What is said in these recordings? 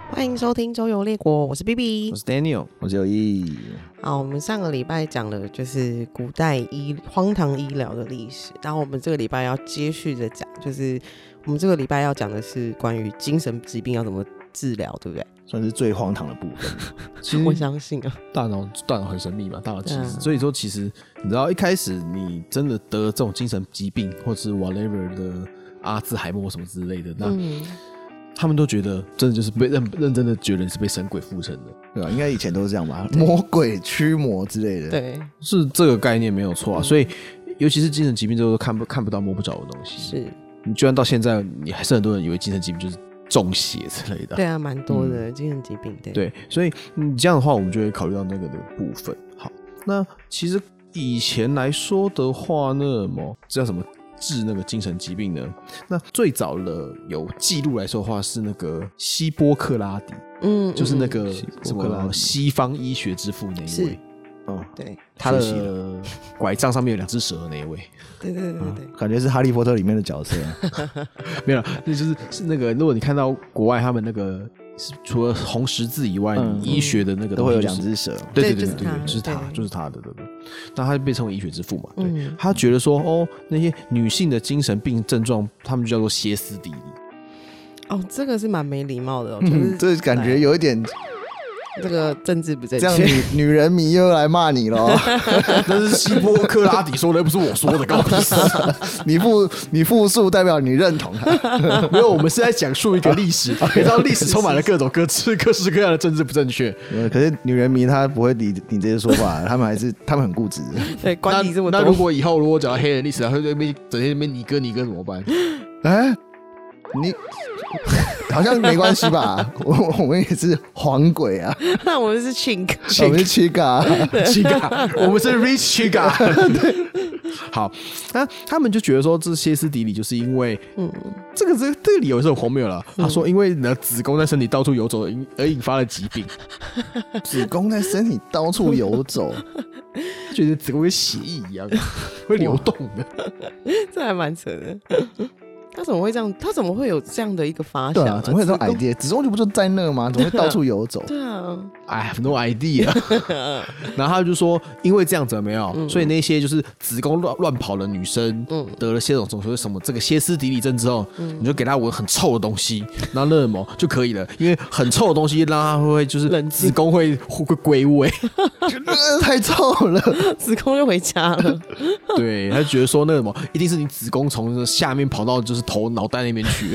欢迎收听周游列国，我是 BB， 我是 Daniel， 我是有意。 好，我们上个礼拜讲的就是古代荒唐医疗的历史，然后我们这个礼拜要接续着讲，就是我们这个礼拜要讲的是关于精神疾病要怎么治疗，对不对？ 算是最荒唐的部分。 其实我相信啊， 大脑很神秘嘛，大脑其实，所以说其实你知道一开始你真的得这种精神疾病或是 whatever 的阿兹海默什么之类的，那他们都觉得真的就是被认真的觉得你是被神鬼附身的， 对吧？应该以前都是这样吧，魔鬼驱魔之类的。 对， 是这个概念没有错啊。所以尤其是精神疾病，这都看不到摸不着的东西。 是你居然到现在，你还是很多人以为精神疾病就是中邪之类的。 对啊，蛮多的精神疾病。 对，所以你这样的话，我们就会考虑到那个的部分。好，那其实以前来说的话呢，这叫什么？治那个精神疾病呢？那最早的有记录来说的话是那个希波克拉底，就是那个什么西方医学之父那一位， 对， 他的拐杖上面有2只蛇的那一位， 对， 感觉是哈利波特里面的角色。 没有，那就是那个，如果你看到国外他们那个。除了红十字以外，医学的那个都会有2只蛇， 对，就是他的，那他被称为医学之父嘛。对，他觉得说，那些女性的精神病症状，他们就叫做歇斯底里。 哦，这个是蛮没礼貌的， 这感觉有一点。 这个政治不正确， 这样女人迷又来骂你了。 那是希波克拉底说的，又不是我说的，搞屁事！ 你复述代表你认同他。 没有，我们是在讲述一个历史，你知道历史充满了各式各样的政治不正确。 可是女人迷她不会理你这些说法，他们很固执。 对，管你这么多。 那如果以后讲到黑人历史，他会整天那边你哥怎么办？ 你好像没关系吧？我们也是黄鬼啊， 那我们是 chink， 我们是 chiga， 我们是 rich chiga。好，那他们就觉得说，这歇斯底里就是因为，这个理由是很荒谬了。他说，因为你的子宫在身体到处游走而引发了疾病。 子宫在身体到处游走， 觉得子宫跟血液一样会流动的， 这还蛮扯的。他怎么会这样？他怎么会有这样的一个发想？ 对啊，怎么会有这种 idea？ 子宫就不就在那吗？怎么会到处游走？ 对啊 ，I have no idea。然后他就说，因为这样子有没有，所以那些就是子宫乱跑的女生，得了些种所谓什么这个歇斯底里症之后，你就给她闻很臭的东西，然后那什么就可以了，因为很臭的东西让她会就是子宫会归位， 太臭了， 子宫就回家了。 对，他就觉得说那什么一定是你子宫从下面跑到就是脑袋那边去。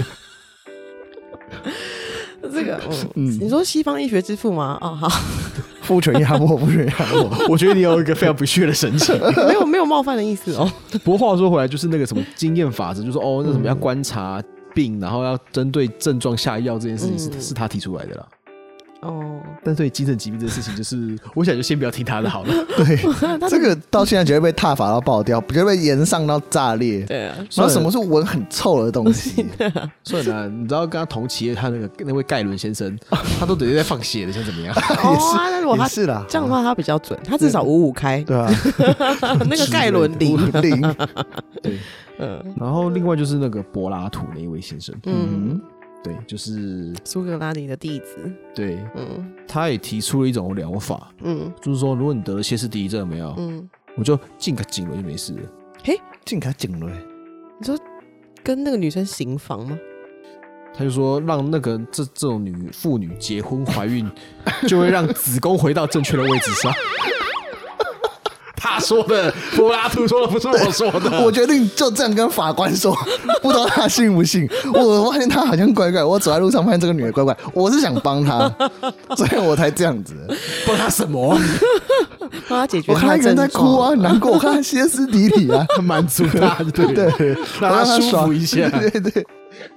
这个，你说西方医学之父吗？哦，好， 父权压迫， 我觉得你有一个非常不屑的神情。 没有冒犯的意思哦。 不过话说回来，就是那个什么经验法则，就是那什么要观察病，然后要针对症状下药这件事情是他提出来的啦。但对精神疾病这件事情，就是我想就先不要听他的好了。 对，这个到现在绝对被挞伐到爆掉，绝对被延上到炸裂。 对啊， 然后什么是闻很臭的东西？ 所以呢，你知道跟他同期的他那位盖伦先生，他都等于在放血的，像怎么样？ 也是啦。 这样的话他比较准，他至少55开。 对啊， 那个盖伦0。 对，然后另外就是那个柏拉图那一位先生，对，就是苏格拉底的弟子。 对，他也提出了一种疗法，就是说，如果你得了歇斯底里症，有没有？我就进个颈了就没事了。 嘿， 进个颈了？ 你说跟那个女生行房吗？ 他就说，让那个这种妇女结婚怀孕，就会让子宫回到正确的位置上。他说的，柏拉图说的，不是我说的。 我决定就这样跟法官说，不知道他信不信。我发现他好像怪怪，我走在路上发现这个女的怪怪，我是想帮他，所以我才这样子。 帮他什么？ 帮他解决我看他一个人在哭啊，很难过，我看他歇斯底里啊， 满足他，对，让他舒服一下， 对。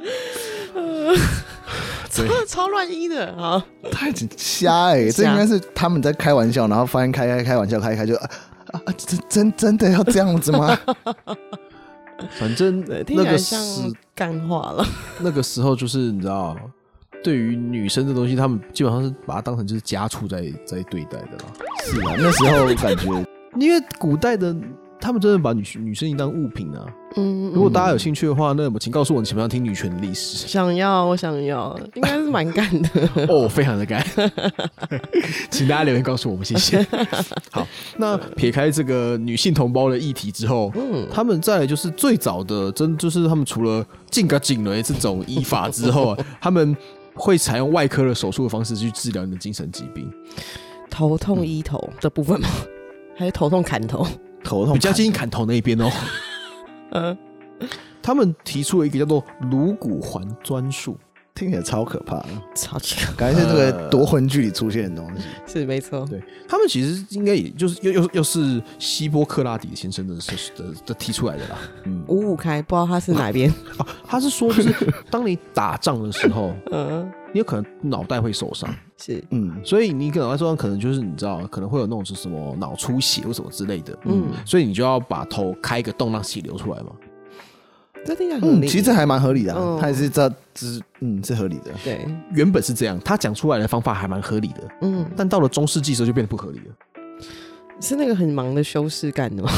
超乱一的啊！ 太瞎这应该是他们在开玩笑，然后发现开玩笑开就真的要这样子吗？ 反正那个是干话了。那个时候就是你知道，对于女生这东西，他们基本上是把它当成就是家畜在对待的啦。 是啊，那时候感觉， 因为古代的他们真的把女生当物品啊。如果大家有兴趣的话，那么请告诉我你想不想听女权的历史？ 我想要，应该是蛮干的哦，非常的干，请大家留言告诉我们，谢谢。好，那撇开这个女性同胞的议题之后，他们再来就是最早的，就是他们除了进个颈雷这种医法之后，他们会采用外科的手术的方式去治疗你的精神疾病。 头痛医头的部分吗？还是头痛砍头？ 头痛比较接近砍头那一边哦。他们提出了一个叫做颅骨环钻术， 听起来超可怕的， 超级可怕， 感觉是这个夺魂剧里出现的东西。 是没错。 对，他们其实应该也就是又是希波克拉底先生的提出来的啦。 五五开，不知道他是哪边。 他是说，就是当你打仗的时候，你有可能脑袋会受伤， 是， 所以你可能脑袋受伤，可能就是你知道，可能会有那种是什么脑出血或什么之类的，所以你就要把头开一个洞让血流出来嘛。 这听起来很合理， 其实这还蛮合理的啊，他也是是合理的。 对， 原本是这样，他讲出来的方法还蛮合理的，但到了中世纪的时候就变得不合理了。 是那个很忙的修士干的吗？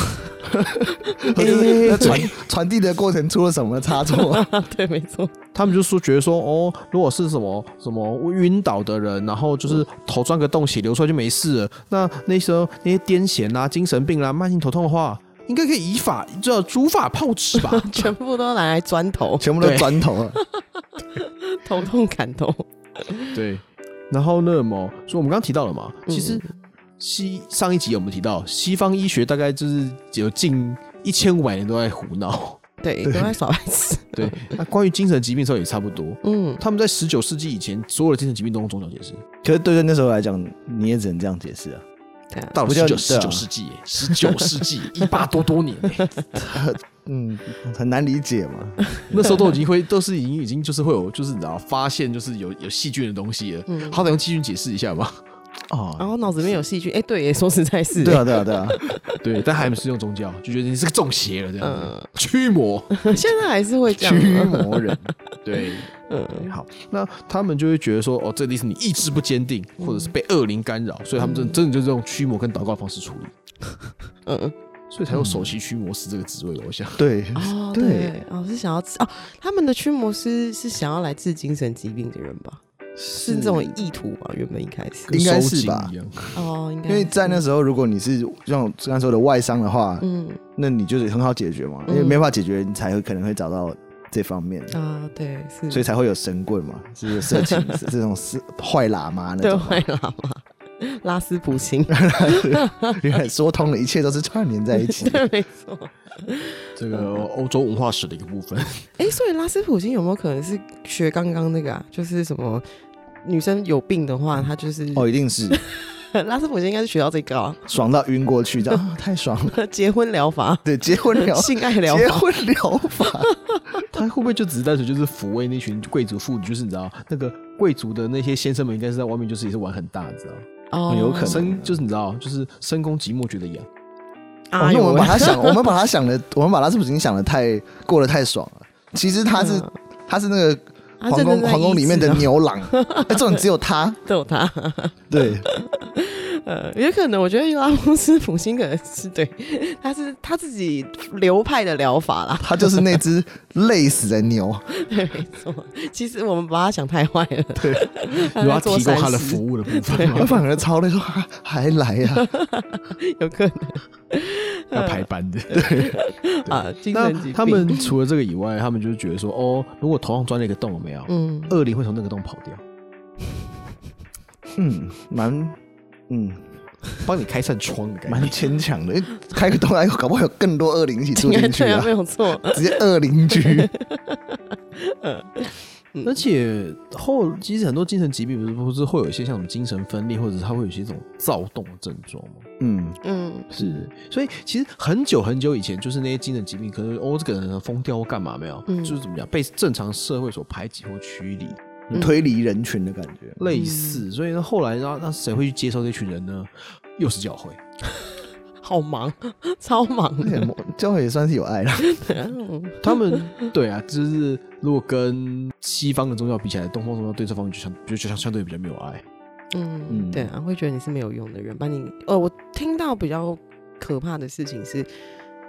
传递的过程出了什么差错？ 对，没错。 他们就觉得说，哦，如果是什么晕倒的人，然后就是头钻个洞，血流出来就没事了。那时候那些癫痫啊、精神病啊、慢性头痛的话，应该可以主法炮制吧？ 全部都拿来钻头， 全部都钻头了， 头痛砍头。 对，然后呢，所以我们刚刚提到了嘛，其实上一集我们提到，西方医学大概就是有近1500年都在胡闹。 对，都在耍白痴。 对，那关于精神疾病的时候也差不多。他们在19世纪以前，所有的精神疾病都用宗教解释。 可是对那时候来讲，你也只能这样解释啊。 到了19世纪，19世纪18多年， 很难理解嘛。 那时候都已经就是会有，就是你知道发现就是有细菌的东西了，好歹用细菌解释一下嘛。 然后脑子里面有细菌，对耶，说实在是， 对啊， 对，但还是用宗教，就觉得你是个中邪了这样子，驱魔， 现在还是会这样， 驱魔人， 对，好，那他们就会觉得说，这里是你意志不坚定，或者是被恶灵干扰，所以他们真的就是用驱魔跟祷告方式处理，所以才有首席驱魔师这个职位，我想， 对， 是想要他们的驱魔师是想要来治精神疾病的人吧？是这种意图吧？原本一开始应该是吧？ 应该因为在那时候，如果你是像刚才说的外伤的话，那你就是很好解决嘛，因为没法解决，你才可能会找到这方面对，是， 所以才会有神棍嘛，是色情这种坏喇嘛那种， 坏喇嘛。拉斯普京原来说通了，一切都是串联在一起。 对，没错。 这个欧洲文化史的一个部分。 所以拉斯普京有没有可能是学刚刚那个啊？就是什么女生有病的话，她就是一定是拉斯普京应该是学到这个啊， 爽到晕过去，这样太爽了。 结婚疗法， 对，结婚疗性爱疗法， 结婚疗法， 他会不会就只是单纯就是抚慰那群贵族妇女？就是你知道那个贵族的那些先生们，应该是在外面就是也是玩很大，你知道？ 有可能就是你知道，就是深宫寂寞觉得痒。 那我们把拉斯普京想的过得太爽了。其实他是那个皇宫里面的牛郎，这种只有他， 都有他。 对， 有可能，我觉得拉斯普京可能是对，他自己流派的疗法啦。 他就是那只累死的牛。 对，没错。其实我们把他想太坏了。 对，如果他提供他的服务的部分， 我反而超累，说还来呀， 有可能要排班的。 对精神疾病。 那他们除了这个以外，他们就是觉得说，如果头上钻了一个洞，有没有？恶灵会从那个洞跑掉。帮你开扇窗的感觉， 蛮牵强的。开个洞，搞不好有更多恶灵一起住进去啊！ 没有错， 直接恶灵居。 而且其实很多精神疾病不是会有一些像什么精神分裂，或者是它会有一些这种躁动的症状吗？是。所以其实很久很久以前，就是那些精神疾病，可能这个人疯掉或干嘛没有，就是怎么讲被正常社会所排挤或驱离。 推离人群的感觉， 类似，所以呢，后来那谁会去接受这群人呢？又是教会， 好忙，超忙的。 教会也算是有爱啦。 他们对啊，就是如果跟西方的宗教比起来，东方宗教对这方面就相对比较没有爱。 对啊，会觉得你是没有用的人，把你我听到比较可怕的事情是，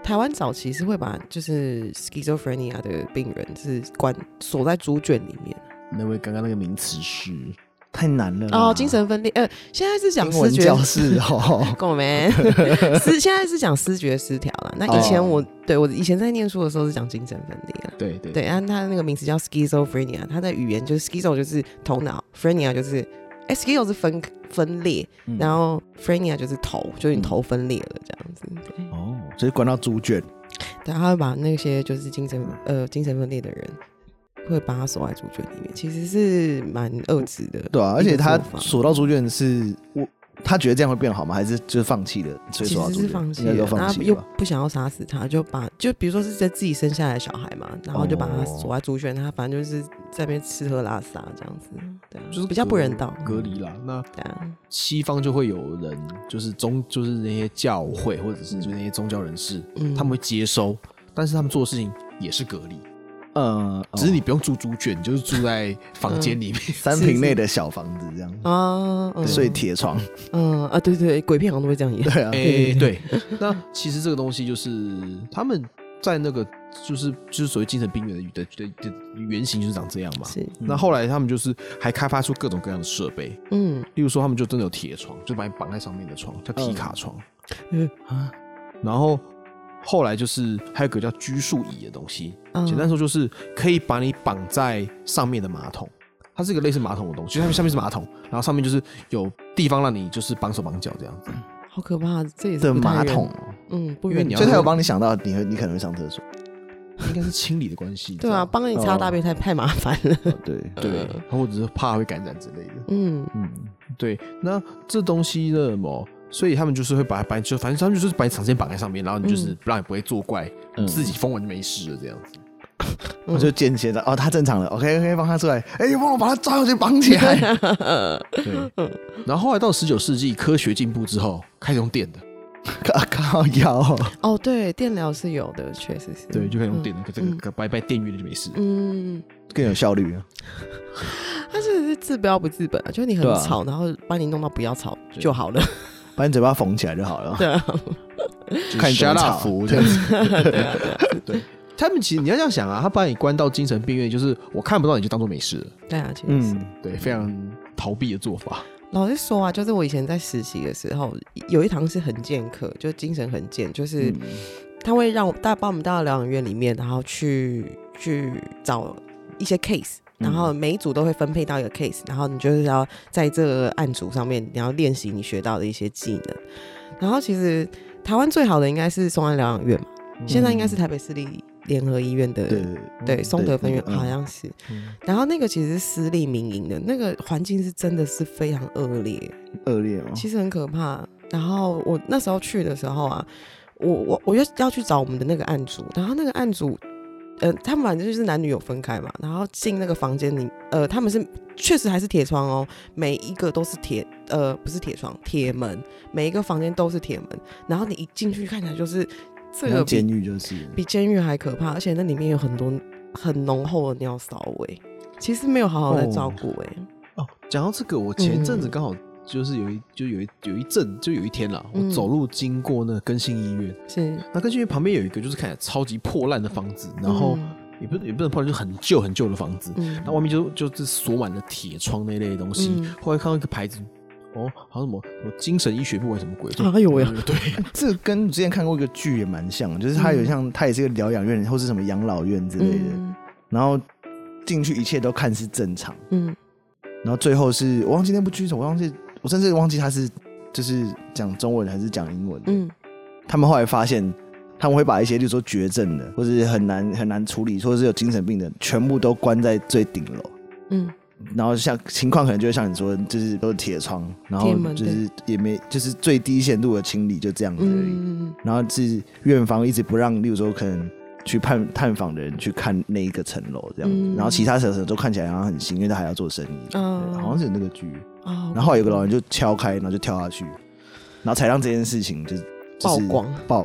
台湾早期是会把就是 schizophrenia 的病人是锁在猪圈里面。 那位刚刚那个名词是太难了哦， 精神分裂。现在是讲思觉教室哦， 跟我们现在是讲思觉失调了。那以前我以前在念书的时候是讲精神分裂了。 对对对，它那个名词叫 schizophrenia， 它的语言就是 schizo 就是头脑 ，phrenia 就是schizo 是分裂，然后 phrenia 就是头，就是你头分裂了这样子。对哦，所以关到猪圈。 对，他会把那些就是精神分裂的人。会把他锁在猪圈里面，其实是蛮遏制的。 对啊，而且他锁到猪圈是他觉得这样会变好吗？还是就是放弃了？所以锁到猪圈， 其实是放弃了，然后又不想要杀死他，就比如说是在自己生下来的小孩嘛，然后就把他锁在猪圈，他反正就是在那边吃喝拉撒这样子，对啊，就是比较不人道， 隔离啦。那西方就会有人就是那些教会或者是就是那些宗教人士，他们会接收，但是他们做的事情也是隔离。只是你不用住猪圈，你就是住在房间里面 ，3坪内的小房子这样啊，睡铁床。 对对，鬼片好像都会这样演。 对啊， 对。那其实这个东西就是他们在那个就是所谓精神病院的原型就是长这样嘛。是。那后来他们就是还开发出各种各样的设备，例如说他们就真的有铁床，就把你绑在上面的床叫皮卡床，然后。后来就是还有个叫拘束椅的东西，简单说就是可以把你绑在上面的马桶，它是一个类似马桶的东西，就下面是马桶，然后上面就是有地方让你就是绑手绑脚这样子。 好可怕，这也是不太马桶， 不远。 所以他有帮你想到你可能会上厕所， 应该是清理的关系。 对啊，帮你擦大便太麻烦了。 对， 或者是怕会感染之类的。对，那这东西呢所以他们就是会把反正他们就是把你长时间绑在上面，然后你就是让你不会作怪，自己疯完就没事了这样子。 我就间接的他正常了 ，OK， 放他出来，帮我把他抓回去绑起来。 对，然后后来到19世纪，科学进步之后，开始用电的， 靠腰对，电疗是有的，确实是。 对，就可以用电的，这个拜电源就没事。 更有效率啊。 它是治标不治本啊，就是你很吵，然后帮你弄到不要吵就好了。 把你嘴巴缝起来就好了。 对啊， 看你怎么吵这样子。对，他们其实你要这样想啊，他把你关到精神病院，就是我看不到你就当做没事了。 对啊，其实是对，非常逃避的做法。 老实说啊，就是我以前在实习的时候，有一堂是很健课，就精神很健，就是他会让把我们带到疗养院里面，然后去找一些 case。然后每一组都会分配到一个 case， 然后你就是要在这个案组上面，你要练习你学到的一些技能。然后其实台湾最好的应该是松安疗养院嘛，现在应该是台北市立联合医院的对松德分院好像是。然后那个其实是私立民营的，那个环境是真的是非常恶劣哦， 其实很可怕。然后我那时候去的时候啊，我要去找我们的那个案组，然后那个案组。他们反正就是男女有分开嘛，然后进那个房间里，他们是确实还是铁窗哦，每一个都是不是铁窗，铁门，每一个房间都是铁门，然后你一进去看起来就是这个监狱，就是比监狱还可怕，而且那里面有很多很浓厚的尿骚味，其实没有好好在照顾讲到这个，我前阵子刚好。就是有一天啦，我走路经过那个更新医院， 是那更新医院旁边有一个就是看起来超级破烂的房子，然后也不能破烂，就是很旧很旧的房子，然后外面就是锁满了铁窗那一类的东西。后来看到一个牌子，好像什么精神医学部还是什么鬼？对， 这个跟之前看过一个剧也蛮像，就是它有像它也是一个疗养院或是什么养老院之类的，然后进去一切都看似正常，然后最后是我忘记那部剧什么，我甚至忘记他是就是讲中文还是讲英文的。他们后来发现，他们会把一些，例如说绝症的，或是很难处理，或者是有精神病的，全部都关在最顶楼。然后像情况可能就会像你说，就是都是铁窗，然后就是也没就是最低限度的清理就这样子而已。然后是院方一直不让，例如说可能去探访的人去看那一个层楼这样子，然后其他层都看起来好像很新，因为他还要做生意。好像是那个剧。然后后来有个老人就敲开，然后就跳下去，然后才让这件事情就是曝光。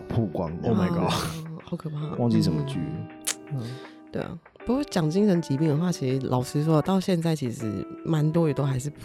Oh my god， 好可怕！ 忘记什么剧。 对啊，不过讲精神疾病的话，其实老实说，到现在其实蛮多也都还是不是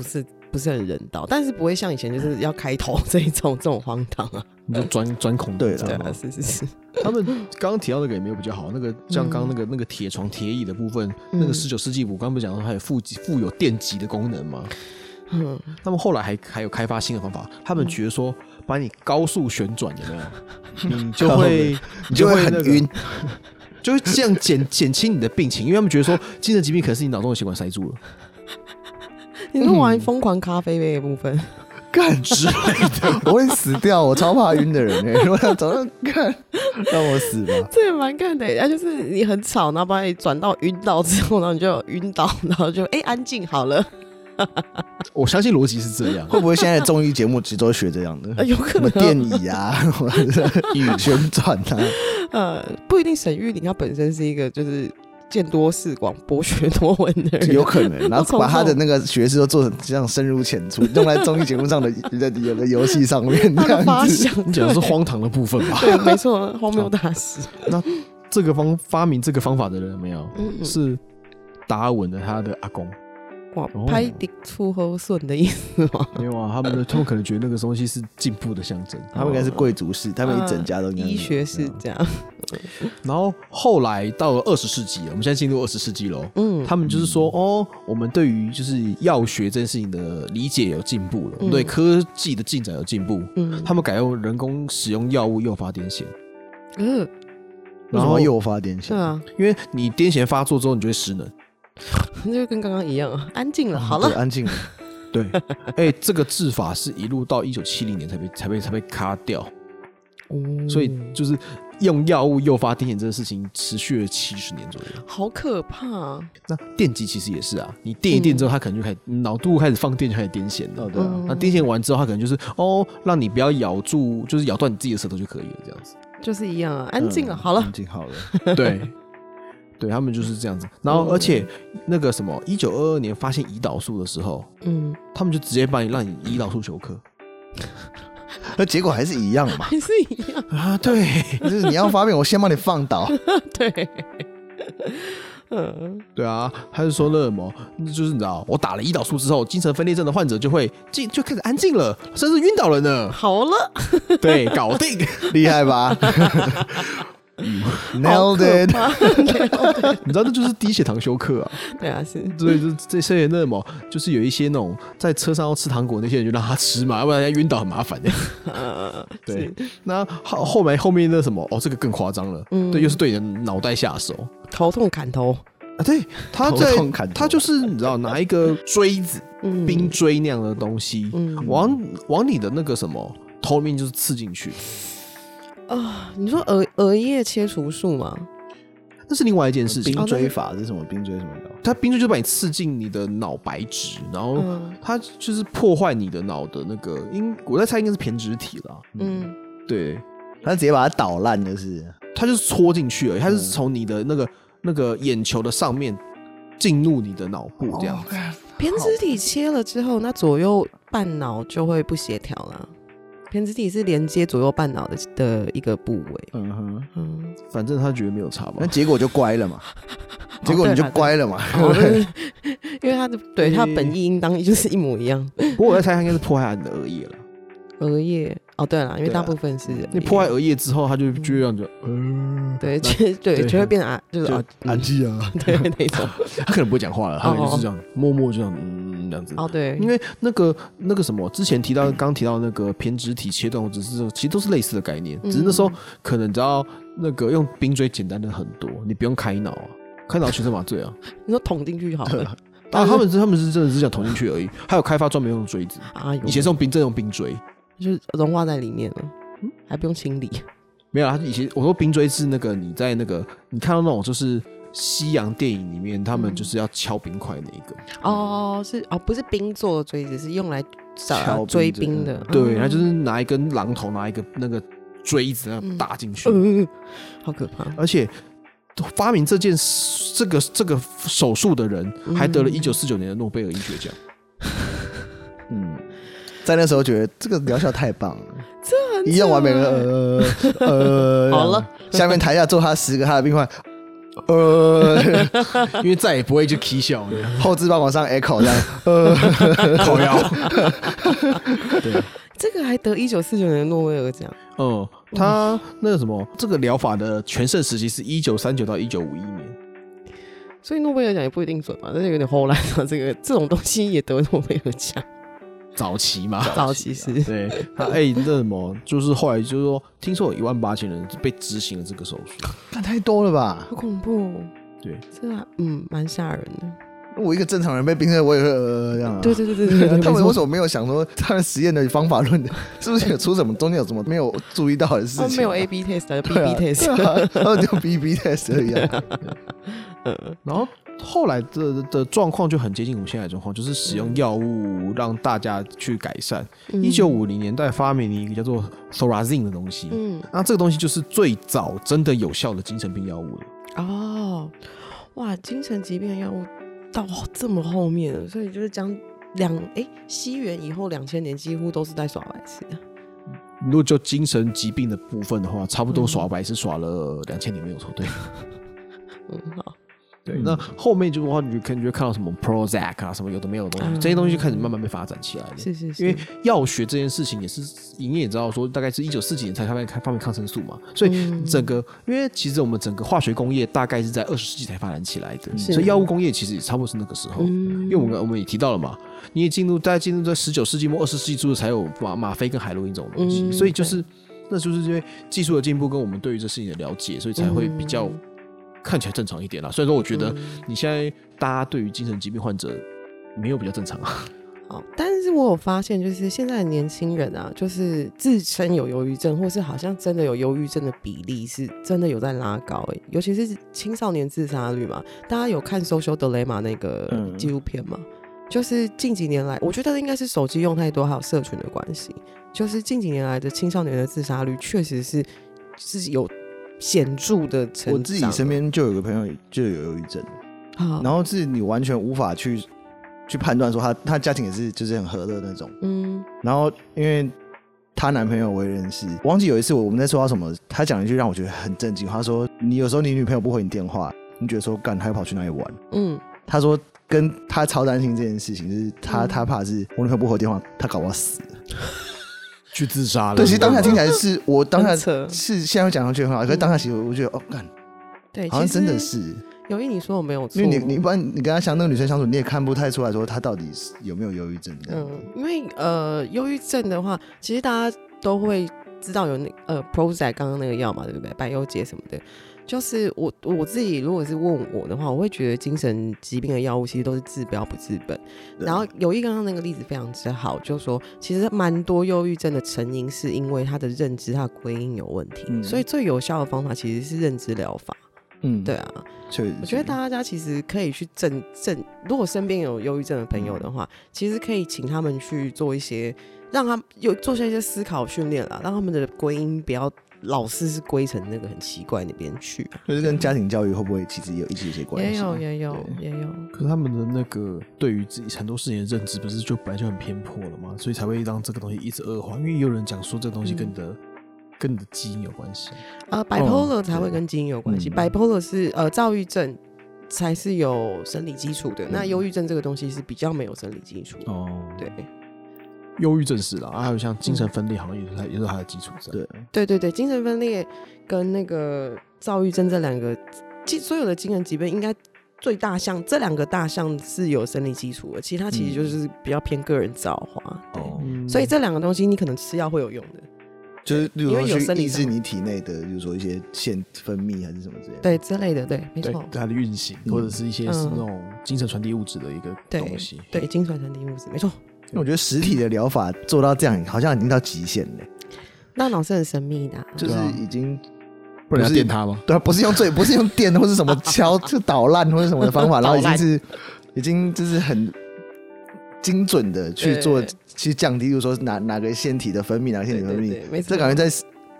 不是很人道，但是不会像以前就是要开头这种荒唐啊。 你就钻孔对对啊，是。 他们刚刚提到那个也没有比较好，那个像刚刚那个铁床铁椅的部分，那个19世纪我刚刚不是讲说还有附有电极的功能吗？他们后来还有开发新的方法，他们觉得说把你高速旋转有没有，你就会很晕。 就会这样减轻你的病情，因为他们觉得说精神疾病可能是你脑中的血管塞住了。 你说玩疯狂咖啡杯的部分， 干之类的，我会死掉，我超怕晕的人哎！如果要早上看，让我死吧。 这也蛮干的，就是你很吵，然后把你转到晕倒之后，然后你就晕倒，然后就安静好了。 我相信逻辑是这样， 会不会现在的综艺节目其实都学这样的？ 有可能什么电椅啊，旋转啊。不一定沈玉琳她本身是一个就是见多识广、博学多闻的人， 有可能，然后把他的那个学识都做成这样深入浅出，用在综艺节目上的有的游戏上面。 他的发想， 你讲的是荒唐的部分吧？ 对，没错，荒谬大师。 那这个发明这个方法的人有没有？是达尔文的他的阿公。 哇，拍的出后顺的意思吗？ 没有啊，他们可能觉得那个东西是进步的象征。 他们应该是贵族式，他们一整家都应该医学是这样。 然后后来到了20世纪，我们现在进入20世纪喽。他们就是说，我们对于就是药学这件事情的理解有进步了，对科技的进展有进步。他们改用人工使用药物诱发癫痫。 为什么诱发癫痫？ 对啊， 因为你癫痫发作之后，你就会失能。 那就跟刚刚一样啊，安静了，好了， 安静了。 对，这个治法是一路到1970年才被卡掉。所以就是用药物诱发癫痫这个事情持续了70年左右， 好可怕啊。 那电击其实也是啊，你电一电之后，它可能就开始脑部开始放电，就开始癫痫了。 对啊， 那癫痫完之后，它可能就是让你不要咬住，就是咬断你自己的舌头就可以了，这样子。 就是一样啊，安静了，好了， 安静好了。 对，他们就是这样子。然后，而且那个什么，1922年发现胰岛素的时候，他们就直接让你胰岛素休克。 那结果还是一样嘛？ 还是一样啊？对， 就是你要发病，我先帮你放倒。 对， 对啊，他是说那什么，就是你知道，我打了胰岛素之后，精神分裂症的患者就开始安静了，甚至晕倒了呢。 好了， 对，搞定， 厉害吧？Nailed it！ 你知道这就是低血糖休克啊？ 嗯对啊，是。 所以这些那么，就是有一些那种在车上要吃糖果那些人，就让他吃嘛，要不然人家晕倒很麻烦的。对，那后面那什么，这个更夸张了。对，又是对你的脑袋下手， 头痛砍头啊！对，他就是你知道拿一个锥子，冰锥那样的东西，往你的那个什么头里面就是刺进去。 你说额叶切除术吗？ 那是另外一件事情。 冰锥法是什么？冰锥什么的？ 它冰锥就把你刺进你的脑白质，然后它就是破坏你的脑的那个，我在猜应该是胼胝体啦。对， 它直接把它捣烂，就是它就是戳进去而已，它是从你的那个眼球的上面进入你的脑部这样子。 胼胝体切了之后，那左右半脑就会不协调了。胼胝体是连接左右半脑的一个部位。 反正他觉得没有差吧， 那结果就乖了嘛。结果你就乖了嘛， 因为他他本意应当就是一模一样。 不过我在猜他应该是破坏你的额叶了。 额叶对了，因为大部分是你破坏额叶之后，他就会让你对就会变就是安静啊， 对那种。 他可能不会讲话了，他可能就是这样默默就这样这样子。 对， 因为那个什么，之前刚提到那个胼胝体切断，其实都是类似的概念，只是那时候可能只要那个用冰锥简单的很多，你不用开脑啊，开脑全身麻醉啊。 你说捅进去好了。 他们是真的是想捅进去而已，还有开发专门用的锥子啊，以前是用冰锥。就融化在里面了，还不用清理。 没有啦，以前我说冰锥是那个你在那个你看到那种就是西洋电影里面，他们就是要敲冰块那一个。 不是冰做的锥子，是用来追冰的。 对，他就是拿一根榔头，拿一个那个锥子打进去， 好可怕。 而且发明这个手术的人，还得了1949年的诺贝尔医学奖。 在那时候觉得这个疗效太棒了， 这很一样完美的好了， 下面台下坐他10个他的病患， 因为再也不会就起笑了， 后置帮忙上 echo 这样， 靠腰。对， 这个还得1949年的诺贝尔奖。 他那个什么，这个疗法的全盛时期是1939到1951年。 所以诺贝尔奖也不一定准嘛，但是有点后来啊，这种东西也得诺贝尔奖。 早期嘛， 早期是， 对，那什么，就是后来就是说，听说有18000人被执行了这个手术， 那太多了吧？ 好恐怖。 对， 这蛮吓人的。 我一个正常人被冰在，我也会这样啊。 对， 他们为什么没有想说他们实验的方法论是不是有出什么中间有什么没有注意到的事情？ 没有 A/B test， 有 B/B test， 他们就 B/B test 而已啊。 然后后来的状况就很接近我们现在的状况，就是使用药物让大家去改善。1950年代发明了一个叫做 Thorazine 的东西，那这个东西就是最早真的有效的精神病药物了。 哦，哇，精神疾病的药物到这么后面了，所以就是将西元以后2000年几乎都是在耍白痴。 如果就精神疾病的部分的话，差不多耍白痴耍了2000年没有错，对。 好。 对，那后面就的话，你就会看到什么 Prozac 啊，什么有的没有的东西，这些东西就开始慢慢被发展起来了。 是， 因为药学这件事情也是，你也知道说，大概是1940几年才发明抗生素嘛，所以整个，因为其实我们整个化学工业大概是在20世纪才发展起来的，所以药物工业其实也差不多是那个时候。因为我们也提到了嘛，你也大概进入在19世纪末20世纪初才有吗啡跟海洛因这种东西，所以那就是因为技术的进步跟我们对于这事情的了解，所以才会比较看起来正常一点啦。所以说我觉得你现在大家对于精神疾病患者没有比较正常啊。 好，但是我有发现，就是现在的年轻人啊，就是自称有忧郁症，或是好像真的有忧郁症的比例是真的有在拉高尤其是青少年自杀率嘛。大家有看《Social Dilemma》那个纪录片吗？就是近几年来，我觉得应该是手机用太多，还有社群的关系，就是近几年来的青少年的自杀率确实是有显著的成长。 我自己身边就有个朋友就有忧郁症，然后是你完全无法去判断说他家庭也是就是很和乐那种，然后因为她男朋友我也认识，我忘记有一次我们在说到什么，他讲一句让我觉得很震惊，他说你有时候你女朋友不回你电话，你觉得说干他又跑去哪里玩，他说跟他超担心这件事情，就是他怕是我女朋友不回电话，他搞不好死了。 去自杀了。 对，其实当下听起来是我当下是现在讲上去很好，可是当下其实我觉得干， 对， 好像真的是。 有一你说我没有错， 因为你不然你跟他那个女生相处，你也看不太出来说他到底有没有忧郁症。 因为忧郁症的话，其实大家都会知道有Prozac 刚刚那个药嘛，对不对？百忧解什么的。就是我自己如果是问我的话，我会觉得精神疾病的药物其实都是治标不治本。然后有一刚刚那个例子非常之好，就是说其实蛮多忧郁症的成因是因为他的认知、他的归因有问题，所以最有效的方法其实是认知疗法。对啊，我觉得大家其实可以去如果身边有忧郁症的朋友的话，其实可以请他们去做一些，让他做一些思考训练啦，让他们的归因不要老是归成那个很奇怪那边去就是跟家庭教育会不会其实有一些关系？ 也有。 可是他们的那个对于自己很多事情的认知，不是就本来就很偏颇了吗？所以才会让这个东西一直恶化。因为也有人讲说这个东西跟你的基因有关系 bipolar 才会跟基因有关系。bipolar 是躁郁症才是有生理基础的，那忧郁症这个东西是比较没有生理基础。对。 忧郁症是啦，还有像精神分裂，好像也是它的基础在。 对，精神分裂跟那个躁郁症这两个，所有的精神疾病应该最大项，这两个大项是有生理基础的，其他其实就是比较偏个人造化。所以这两个东西你可能吃药会有用的， 就是例如说去抑制你体内的，比如说一些腺分泌还是什么之类的， 对之类的，对，没错， 它的运行或者是一些是那种精神传递物质的一个东西， 对，精神传递物质，没错。 因为我觉得实体的疗法做到这样，好像已经到极限了。 大脑是很神秘的， 就是已经不能电它吗？ 对啊，不是用电或是什么敲就捣烂或者什么的方法，然后已经就是很精准的去做，去降低，比如说哪个腺体的分泌，哪个腺体的分泌，这感觉在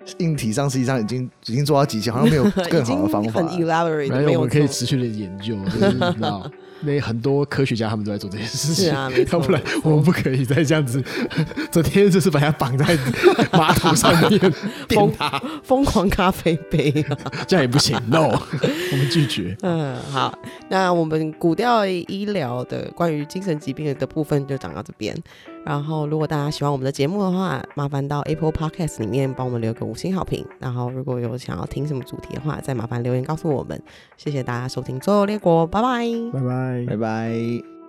硬体上实际上已经做到极限，好像没有更好的方法。 很 elaborate， 没有，我们可以持续的研究，就是你知道，那很多科学家他们都在做这件事情， 是啊，没错， 要不然我们不可以再这样子，整天就是把它绑在马桶上面电它， 疯狂咖啡杯、啊， 这样也不行 ，no， 我们拒绝。 好，那我们古调医疗的关于精神疾病的部分就讲到这边。然后，如果大家喜欢我们的节目的话，麻烦到 Apple Podcast 里面帮我们留个5星好评。然后，如果有想要听什么主题的话，再麻烦留言告诉我们。谢谢大家收听《周游列国》，拜拜， 拜拜， 拜拜。